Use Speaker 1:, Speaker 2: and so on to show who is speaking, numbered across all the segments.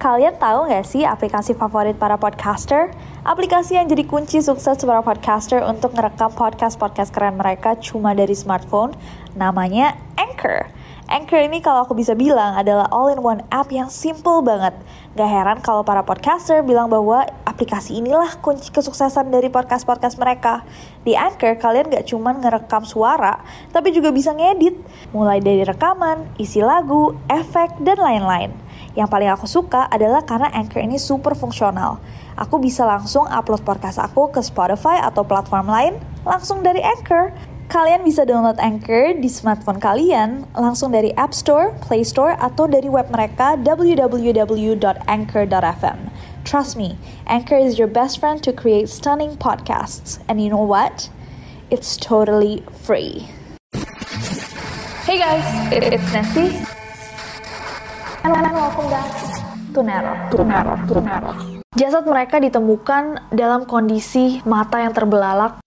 Speaker 1: Kalian tahu nggak sih aplikasi favorit para podcaster? Aplikasi yang jadi kunci sukses para podcaster untuk ngerekam podcast-podcast keren mereka cuma dari smartphone, namanya Anchor. Anchor ini kalau aku bisa bilang adalah all-in-one app yang simple banget. Gak heran kalau para podcaster bilang bahwa aplikasi inilah kunci kesuksesan dari podcast-podcast mereka. Di Anchor, kalian gak cuma ngerekam suara, tapi juga bisa ngedit. Mulai dari rekaman, isi lagu, efek, dan lain-lain. Yang paling aku suka adalah karena Anchor ini super fungsional. Aku bisa langsung upload podcast aku ke Spotify atau platform lain langsung dari Anchor. Kalian bisa download Anchor di smartphone kalian langsung dari App Store, Play Store, atau dari web mereka www.anchor.fm. Trust me, Anchor is your best friend to create stunning podcasts. And you know what? It's totally free. Hey guys, it's Nancy. And welcome back to Neror. Jasad mereka ditemukan dalam kondisi mata yang terbelalak.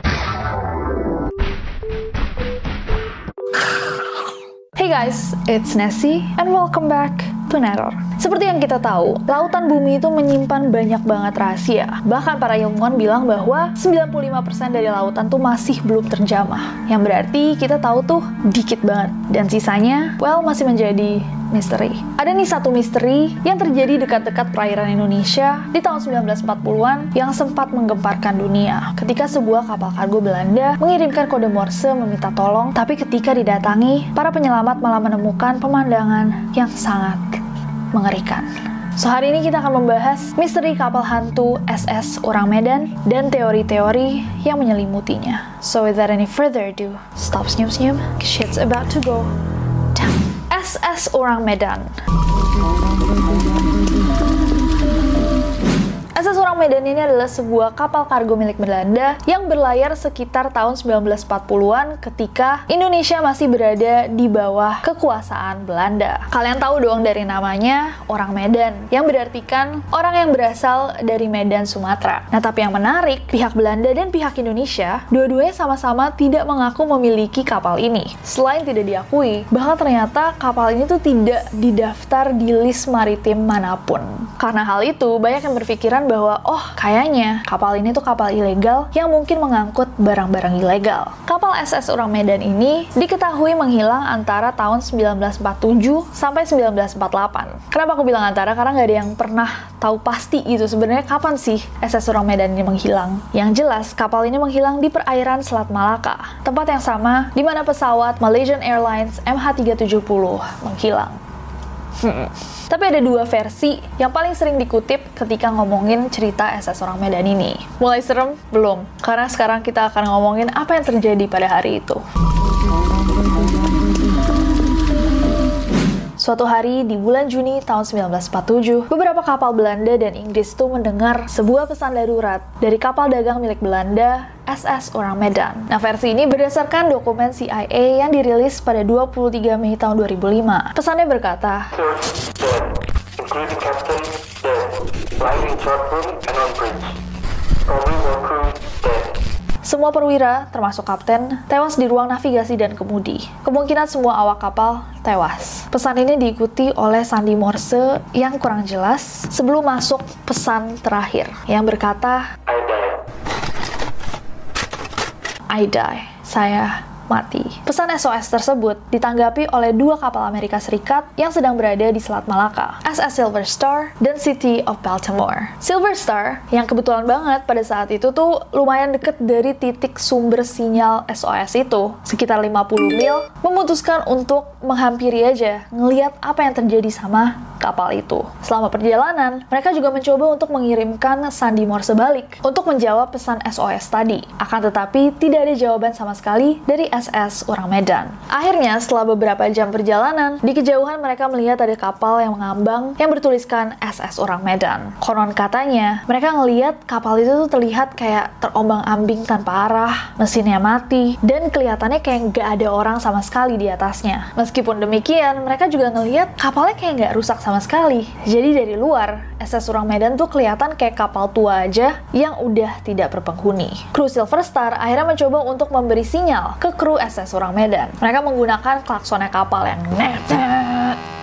Speaker 1: Hey guys, it's Nessie and welcome back to Neror. Seperti yang kita tahu, lautan bumi itu menyimpan banyak banget rahasia. Bahkan para ilmuwan bilang bahwa 95% dari lautan tuh masih belum terjamah. Yang berarti kita tahu tuh dikit banget. Dan sisanya, masih menjadi misteri. Ada nih satu misteri yang terjadi dekat-dekat perairan Indonesia di tahun 1940-an yang sempat menggemparkan dunia. Ketika sebuah kapal kargo Belanda mengirimkan kode Morse meminta tolong, tapi ketika didatangi, para penyelamat malah menemukan pemandangan yang sangat mengerikan. So, hari ini kita akan membahas misteri kapal hantu SS Orang Medan dan teori-teori yang menyelimutinya. So, without any further ado, stop senyum-senyum, shit's about to go down. SS Orang Medan. SS Orang Medan ini adalah sebuah kapal kargo milik Belanda yang berlayar sekitar tahun 1940-an ketika Indonesia masih berada di bawah kekuasaan Belanda. Kalian tahu dong dari namanya Orang Medan, yang berartikan orang yang berasal dari Medan, Sumatera. Nah, tapi yang menarik, pihak Belanda dan pihak Indonesia, dua-duanya sama-sama tidak mengaku memiliki kapal ini. Selain tidak diakui, bahkan ternyata kapal ini tuh tidak didaftar di list maritim manapun. Karena hal itu, banyak yang berpikiran bahwa kayaknya kapal ini tuh kapal ilegal yang mungkin mengangkut barang-barang ilegal. Kapal SS Orang Medan ini diketahui menghilang antara tahun 1947 sampai 1948. Kenapa aku bilang antara? Karena nggak ada yang pernah tahu pasti gitu sebenarnya kapan sih SS Orang Medan ini menghilang. Yang jelas, kapal ini menghilang di perairan Selat Malaka, tempat yang sama di mana pesawat Malaysian Airlines MH370 menghilang. Tapi ada dua versi yang paling sering dikutip ketika ngomongin cerita SS Orang Medan ini. Mulai serem? Belum. Karena sekarang kita akan ngomongin apa yang terjadi pada hari itu. Suatu hari di bulan Juni tahun 1947, beberapa kapal Belanda dan Inggris itu mendengar sebuah pesan darurat dari kapal dagang milik Belanda, SS Orang Medan. Nah, versi ini berdasarkan dokumen CIA yang dirilis pada 23 Mei tahun 2005. Pesannya berkata, including captain, dead, lying in chart room and on bridge. Only more crew, dead. Semua perwira, termasuk kapten, tewas di ruang navigasi dan kemudi. Kemungkinan semua awak kapal tewas. Pesan ini diikuti oleh sandi Morse yang kurang jelas sebelum masuk pesan terakhir yang berkata, I die. Saya mati. Pesan SOS tersebut ditanggapi oleh dua kapal Amerika Serikat yang sedang berada di Selat Malaka, SS Silver Star dan City of Baltimore. Silver Star, yang kebetulan banget pada saat itu tuh lumayan deket dari titik sumber sinyal SOS itu, sekitar 50 mil, memutuskan untuk menghampiri aja, ngeliat apa yang terjadi sama kapal itu. Selama perjalanan, mereka juga mencoba untuk mengirimkan sandi Morse balik untuk menjawab pesan SOS tadi. Akan tetapi, tidak ada jawaban sama sekali dari SS Orang Medan. Akhirnya, setelah beberapa jam perjalanan, di kejauhan mereka melihat ada kapal yang mengambang yang bertuliskan SS Orang Medan. Konon katanya, mereka ngelihat kapal itu tuh terlihat kayak terombang-ambing tanpa arah, mesinnya mati, dan kelihatannya kayak nggak ada orang sama sekali di atasnya. Meskipun demikian, mereka juga ngelihat kapalnya kayak nggak rusak sama sekali. Jadi dari luar, SS Orang Medan tuh kelihatan kayak kapal tua aja yang udah tidak berpenghuni. Kru Silver Star akhirnya mencoba untuk memberi sinyal ke kru SS Orang Medan. Mereka menggunakan klaksonnya kapal yang net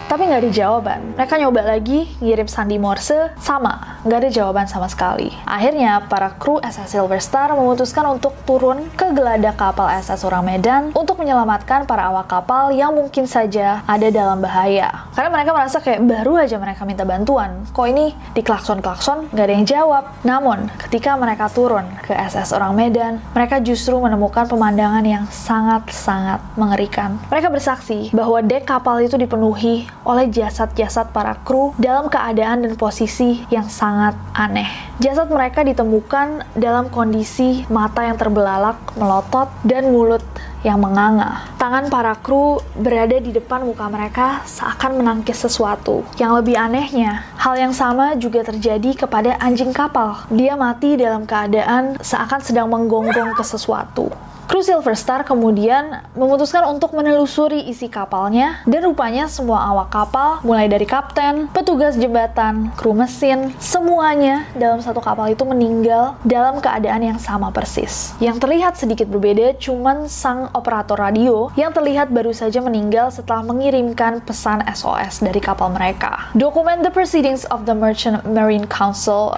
Speaker 1: tapi nggak ada jawaban. Mereka nyoba lagi ngirim sandi Morse, sama, nggak ada jawaban sama sekali. Akhirnya, para kru SS Silver Star memutuskan untuk turun ke geladak kapal SS Orang Medan untuk menyelamatkan para awak kapal yang mungkin saja ada dalam bahaya. Karena mereka merasa kayak baru aja mereka minta bantuan, kok ini diklakson-klakson nggak ada yang jawab. Namun, ketika mereka turun ke SS Orang Medan, mereka justru menemukan pemandangan yang sangat-sangat mengerikan. Mereka bersaksi bahwa dek kapal itu dipenuhi oleh jasad-jasad para kru dalam keadaan dan posisi yang sangat aneh. Jasad mereka ditemukan dalam kondisi mata yang terbelalak, melotot, dan mulut yang menganga. Tangan para kru berada di depan muka mereka seakan menangkis sesuatu. Yang lebih anehnya, hal yang sama juga terjadi kepada anjing kapal. Dia mati dalam keadaan seakan sedang menggonggong ke sesuatu. Kru Silver Star kemudian memutuskan untuk menelusuri isi kapalnya, dan rupanya semua awak kapal, mulai dari kapten, petugas jembatan, kru mesin, semuanya dalam satu kapal itu meninggal dalam keadaan yang sama persis. Yang terlihat sedikit berbeda cuman sang operator radio yang terlihat baru saja meninggal setelah mengirimkan pesan SOS dari kapal mereka. Dokumen The Proceedings of the Merchant Marine Council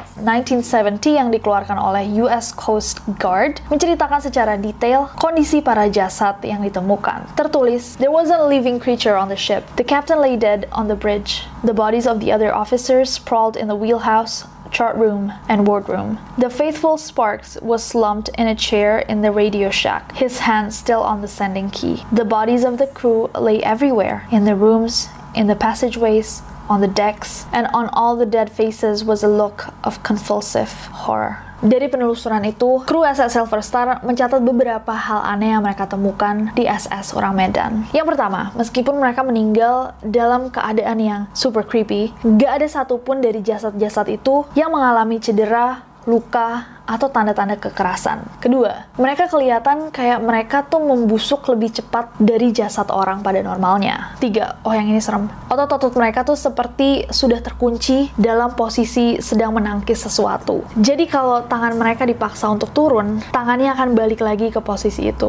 Speaker 1: 1970 yang dikeluarkan oleh US Coast Guard menceritakan secara detail kondisi para jasad yang ditemukan. Tertulis, "There was a living creature on the ship. The captain lay dead on the bridge. The bodies of the other officers sprawled in the wheelhouse, chart room, and wardroom. The faithful Sparks was slumped in a chair in the radio shack, his hand still on the sending key. The bodies of the crew lay everywhere, in the rooms, in the passageways, on the decks, and on all the dead faces was a look of convulsive horror." Dari penelusuran itu, kru SS Silver Star mencatat beberapa hal aneh yang mereka temukan di SS Orang Medan. Yang pertama, meskipun mereka meninggal dalam keadaan yang super creepy, gak ada satupun dari jasad-jasad itu yang mengalami cedera, luka, atau tanda-tanda kekerasan. Kedua, mereka kelihatan kayak mereka tuh membusuk lebih cepat dari jasad orang pada normalnya. Tiga, yang ini serem. Otot-otot mereka tuh seperti sudah terkunci dalam posisi sedang menangkis sesuatu. Jadi kalau tangan mereka dipaksa untuk turun, tangannya akan balik lagi ke posisi itu.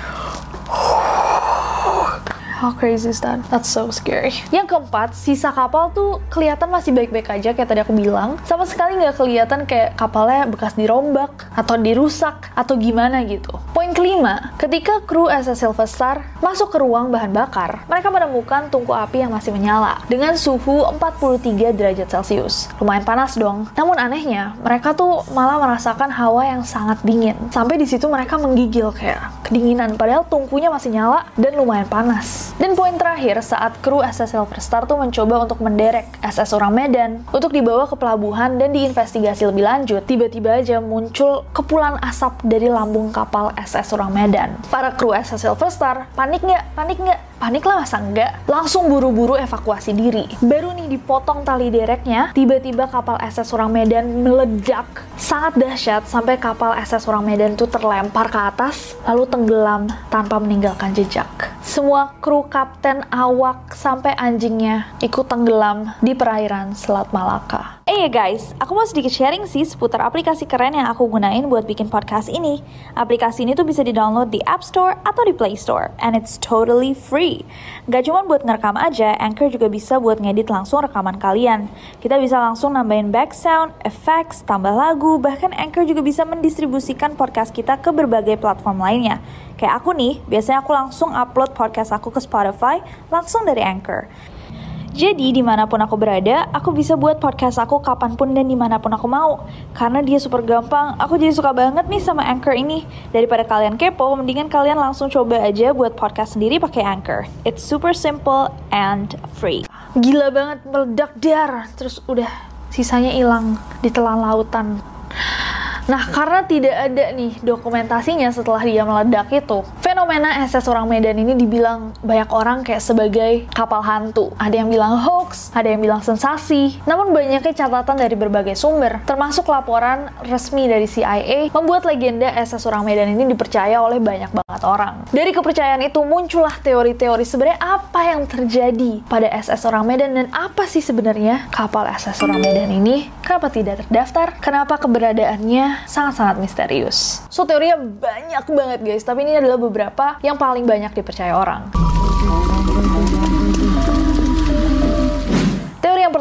Speaker 1: How crazy is that? That's so scary. Yang keempat, sisa kapal tuh kelihatan masih baik-baik aja kayak tadi aku bilang. Sama sekali nggak kelihatan kayak kapalnya bekas dirombak, atau dirusak, atau gimana gitu. Poin kelima, ketika kru SS Silver Star masuk ke ruang bahan bakar, mereka menemukan tungku api yang masih menyala dengan suhu 43 derajat Celcius. Lumayan panas dong. Namun anehnya, mereka tuh malah merasakan hawa yang sangat dingin. Sampai di situ mereka menggigil kayak kedinginan, padahal tungkunya masih nyala dan lumayan panas. Dan poin terakhir, saat kru SS Silver Star tuh mencoba untuk menderek SS Orang Medan untuk dibawa ke pelabuhan dan diinvestigasi lebih lanjut, tiba-tiba aja muncul kepulan asap dari lambung kapal SS Orang Medan. Para kru SS Silver Star panik nggak? Panik lah, masa enggak? Langsung buru-buru evakuasi diri. Baru nih dipotong tali dereknya, tiba-tiba kapal SS Orang Medan meledak. Sangat dahsyat sampai kapal SS Orang Medan tuh terlempar ke atas, lalu tenggelam tanpa meninggalkan jejak. Semua kru, kapten, awak, sampai anjingnya ikut tenggelam di perairan Selat Malaka.
Speaker 2: Guys, aku mau sedikit sharing sih seputar aplikasi keren yang aku gunain buat bikin podcast ini. Aplikasi ini tuh bisa di-download di App Store atau di Play Store, and it's totally free. Gak cuma buat ngerekam aja, Anchor juga bisa buat ngedit langsung rekaman kalian. Kita bisa langsung nambahin back sound, effects, tambah lagu, bahkan Anchor juga bisa mendistribusikan podcast kita ke berbagai platform lainnya. Kayak aku nih, biasanya aku langsung upload podcast aku ke Spotify langsung dari Anchor. Jadi dimanapun aku berada, aku bisa buat podcast aku kapanpun dan dimanapun aku mau. Karena dia super gampang, aku jadi suka banget nih sama Anchor ini. Daripada kalian kepo, mendingan kalian langsung coba aja buat podcast sendiri pakai Anchor. It's super simple and free.
Speaker 1: Gila banget, meledak dar, terus udah sisanya hilang ditelan lautan. Nah, karena tidak ada nih dokumentasinya setelah dia meledak itu, fenomena SS Orang Medan ini dibilang banyak orang kayak sebagai kapal hantu. Ada yang bilang hoax, ada yang bilang sensasi. Namun banyaknya catatan dari berbagai sumber, termasuk laporan resmi dari CIA, membuat legenda SS Orang Medan ini dipercaya oleh banyak banget orang. Dari kepercayaan itu muncullah teori-teori sebenarnya apa yang terjadi pada SS Orang Medan dan apa sih sebenarnya kapal SS Orang Medan ini? Kenapa tidak terdaftar? Kenapa keberadaannya sangat-sangat misterius? So, teorinya banyak banget guys, tapi ini adalah beberapa yang paling banyak dipercaya orang.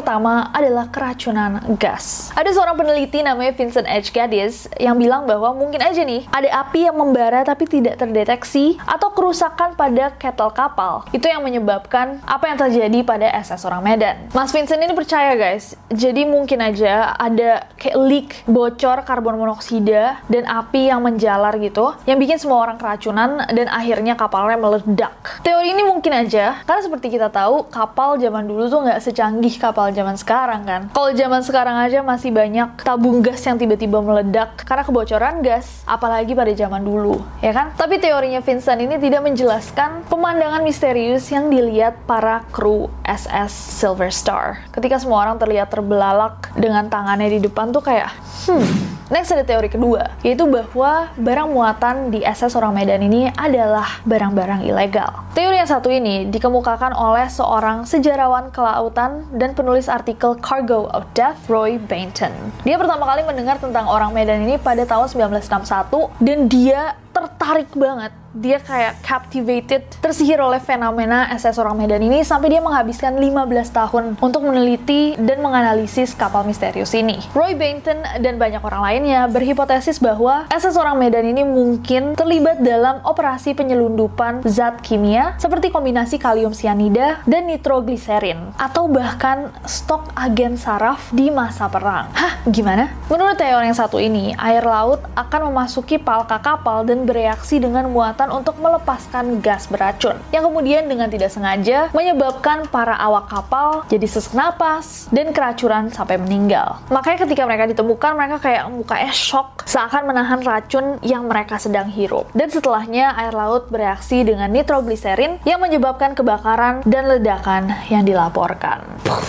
Speaker 1: pertama adalah keracunan gas. Ada seorang peneliti namanya Vincent H. Gaddis yang bilang bahwa mungkin aja nih ada api yang membara tapi tidak terdeteksi atau kerusakan pada kettle kapal. Itu yang menyebabkan apa yang terjadi pada SS Orang Medan. Mas Vincent ini percaya guys, jadi mungkin aja ada kayak leak, bocor karbon monoksida dan api yang menjalar gitu, yang bikin semua orang keracunan dan akhirnya kapalnya meledak. Teori ini mungkin aja, karena seperti kita tahu, kapal zaman dulu tuh nggak secanggih kapal zaman sekarang kan. Kalau zaman sekarang aja masih banyak tabung gas yang tiba-tiba meledak karena kebocoran gas, apalagi pada zaman dulu, ya kan? Tapi teorinya Vincent ini tidak menjelaskan pemandangan misterius yang dilihat para kru SS Silver Star. Ketika semua orang terlihat terbelalak dengan tangannya di depan tuh kayak, Next ada teori kedua, yaitu bahwa barang muatan di SS Orang Medan ini adalah barang-barang ilegal. Teori yang satu ini dikemukakan oleh seorang sejarawan kelautan dan penulis artikel Cargo of Death, Roy Bainton. Dia pertama kali mendengar tentang Orang Medan ini pada tahun 1961 dan dia tertarik banget. Dia kayak captivated, tersihir oleh fenomena SS Orang Medan ini sampai dia menghabiskan 15 tahun untuk meneliti dan menganalisis kapal misterius ini. Roy Bainton dan banyak orang lainnya berhipotesis bahwa SS Orang Medan ini mungkin terlibat dalam operasi penyelundupan zat kimia seperti kombinasi kalium sianida dan nitrogliserin, atau bahkan stok agen saraf di masa perang. Hah, gimana? Menurut teori yang satu ini, air laut akan memasuki palka kapal dan bereaksi dengan muatan untuk melepaskan gas beracun yang kemudian dengan tidak sengaja menyebabkan para awak kapal jadi sesak napas dan keracunan sampai meninggal. Makanya ketika mereka ditemukan, mereka kayak mukanya shock seakan menahan racun yang mereka sedang hirup. Dan setelahnya air laut bereaksi dengan nitrogliserin yang menyebabkan kebakaran dan ledakan yang dilaporkan.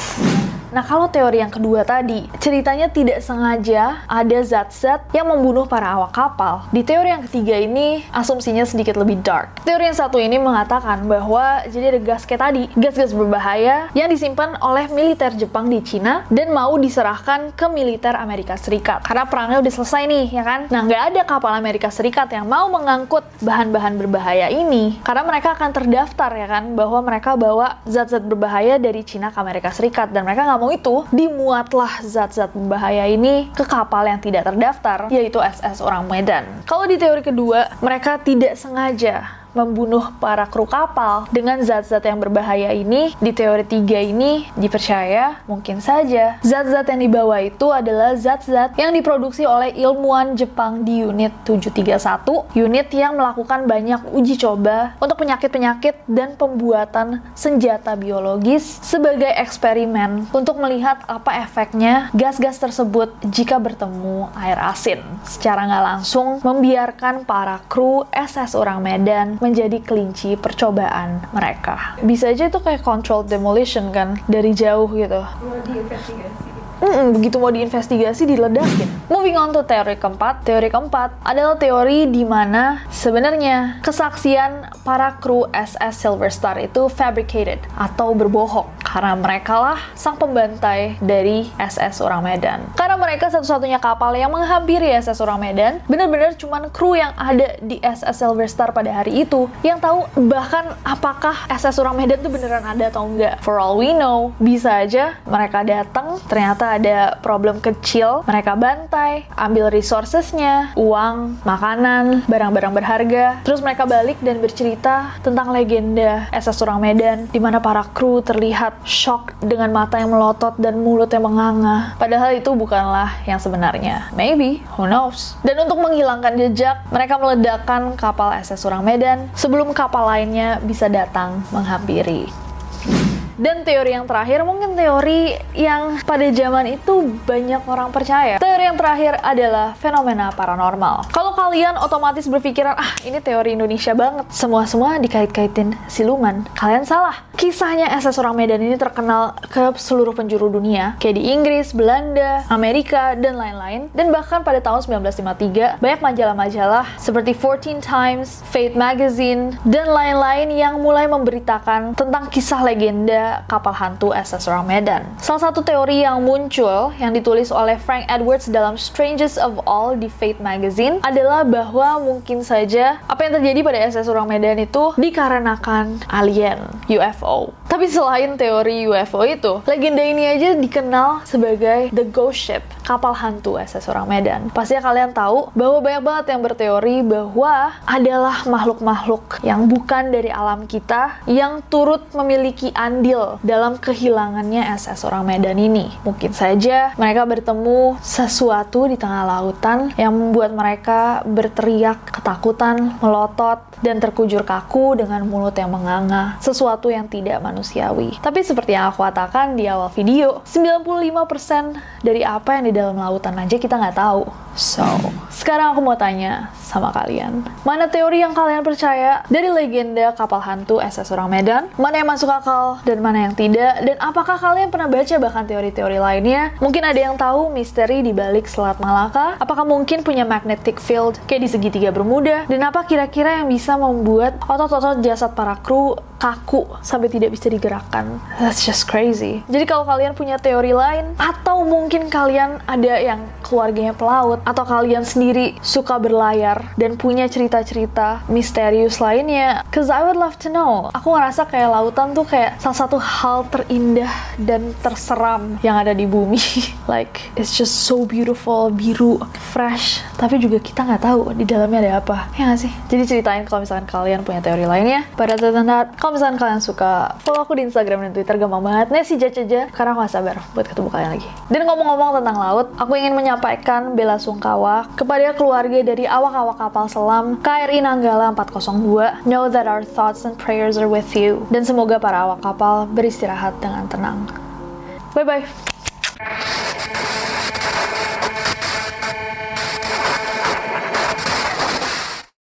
Speaker 1: Nah, kalau teori yang kedua tadi, ceritanya tidak sengaja ada zat-zat yang membunuh para awak kapal. Di teori yang ketiga ini, asumsinya sedikit lebih dark. Teori yang satu ini mengatakan bahwa jadi ada gas kayak tadi, gas-gas berbahaya yang disimpan oleh militer Jepang di Cina dan mau diserahkan ke militer Amerika Serikat. Karena perangnya udah selesai nih, ya kan? Nah, nggak ada kapal Amerika Serikat yang mau mengangkut bahan-bahan berbahaya ini, karena mereka akan terdaftar, ya kan, bahwa mereka bawa zat-zat berbahaya dari Cina ke Amerika Serikat, dan mereka nggak mau itu, dimuatlah zat-zat berbahaya ini ke kapal yang tidak terdaftar, yaitu SS Orang Medan. Kalau di teori kedua, mereka tidak sengaja membunuh para kru kapal dengan zat-zat yang berbahaya ini. Di teori 3 ini dipercaya mungkin saja zat-zat yang dibawa itu adalah zat-zat yang diproduksi oleh ilmuwan Jepang di unit 731, unit yang melakukan banyak uji coba untuk penyakit-penyakit dan pembuatan senjata biologis sebagai eksperimen untuk melihat apa efeknya gas-gas tersebut jika bertemu air asin. Secara nggak langsung membiarkan para kru SS Orang Medan menjadi kelinci percobaan mereka. Bisa aja itu kayak controlled demolition kan, dari jauh gitu.
Speaker 3: Mau diinvestigasi.
Speaker 1: Begitu mau diinvestigasi, diledakin. Moving on to teori keempat. Teori keempat adalah teori di mana sebenarnya kesaksian para kru SS Silver Star itu fabricated atau berbohong, karena mereka lah sang pembantai dari SS Orang Medan. Karena mereka satu-satunya kapal yang menghampiri SS Orang Medan, benar-benar cuman kru yang ada di SS Silver Star pada hari itu yang tahu bahkan apakah SS Orang Medan itu beneran ada atau enggak. For all we know, bisa aja mereka datang, ternyata ada problem kecil, mereka bantai, ambil resourcesnya, uang, makanan, barang-barang berharga, terus mereka balik dan bercerita tentang legenda SS Orang Medan, di mana para kru terlihat shock dengan mata yang melotot dan mulut yang menganga. Padahal itu bukanlah yang sebenarnya. Maybe, who knows? Dan untuk menghilangkan jejak, mereka meledakkan kapal SS Orang Medan sebelum kapal lainnya bisa datang menghampiri. Dan teori yang terakhir, mungkin teori yang pada zaman itu banyak orang percaya. Teori yang terakhir adalah fenomena paranormal. Kalau kalian otomatis berpikiran, ini teori Indonesia banget, semua dikait-kaitin siluman, kalian salah. Kisahnya SS Orang Medan ini terkenal ke seluruh penjuru dunia, kayak di Inggris, Belanda, Amerika, dan lain-lain. Dan bahkan pada tahun 1953, banyak majalah-majalah seperti 14 Times, Fate Magazine, dan lain-lain yang mulai memberitakan tentang kisah legenda legenda kapal hantu SS Orang Medan. Salah satu teori yang muncul yang ditulis oleh Frank Edwards dalam Strangest of All di Fate Magazine adalah bahwa mungkin saja apa yang terjadi pada SS Orang Medan itu dikarenakan alien, UFO. Tapi selain teori UFO itu, legenda ini aja dikenal sebagai The Ghost Ship, kapal hantu SS Orang Medan. Pastinya kalian tahu bahwa banyak banget yang berteori bahwa adalah makhluk-makhluk yang bukan dari alam kita yang turut memiliki andil dalam kehilangannya SS Orang Medan ini. Mungkin saja mereka bertemu sesuatu di tengah lautan yang membuat mereka berteriak ketakutan, melotot, dan terkujur kaku dengan mulut yang menganga, sesuatu yang tidak manusiawi. Tapi seperti yang aku katakan di awal video, 95% dari apa yang di dalam lautan aja kita nggak tahu. So, sekarang aku mau tanya sama kalian, mana teori yang kalian percaya dari legenda kapal hantu SS Orang Medan? Mana yang masuk akal dan mana yang tidak? Dan apakah kalian pernah baca bahkan teori-teori lainnya? Mungkin ada yang tahu misteri di balik Selat Malaka? Apakah mungkin punya magnetic field kayak di segitiga Bermuda? Dan apa kira-kira yang bisa membuat otot-otot jasad para kru kaku sampai tidak bisa digerakkan? That's just crazy. Jadi kalau kalian punya teori lain, atau mungkin kalian ada yang keluarganya pelaut, atau kalian sendiri suka berlayar dan punya cerita-cerita misterius lainnya, cause I would love to know. Aku ngerasa kayak lautan tuh kayak salah satu hal terindah dan terseram yang ada di bumi. Like, it's just so beautiful, biru, fresh, tapi juga kita nggak tahu di dalamnya ada apa. Ya nggak sih? Jadi ceritain kalau misalkan kalian punya teori lainnya. Pada tanda, kalau misalkan kalian suka, follow aku di Instagram dan Twitter, gampang banget. Nesi Judge aja, karena aku gak sabar buat ketemu kalian lagi. Dan ngomong-ngomong tentang laut, aku ingin menyampaikan bela sungkawa kepada keluarga dari awak-awak kapal selam KRI Nanggala 402. Know that our thoughts and prayers are with you. Dan semoga para awak kapal beristirahat dengan tenang. Bye-bye.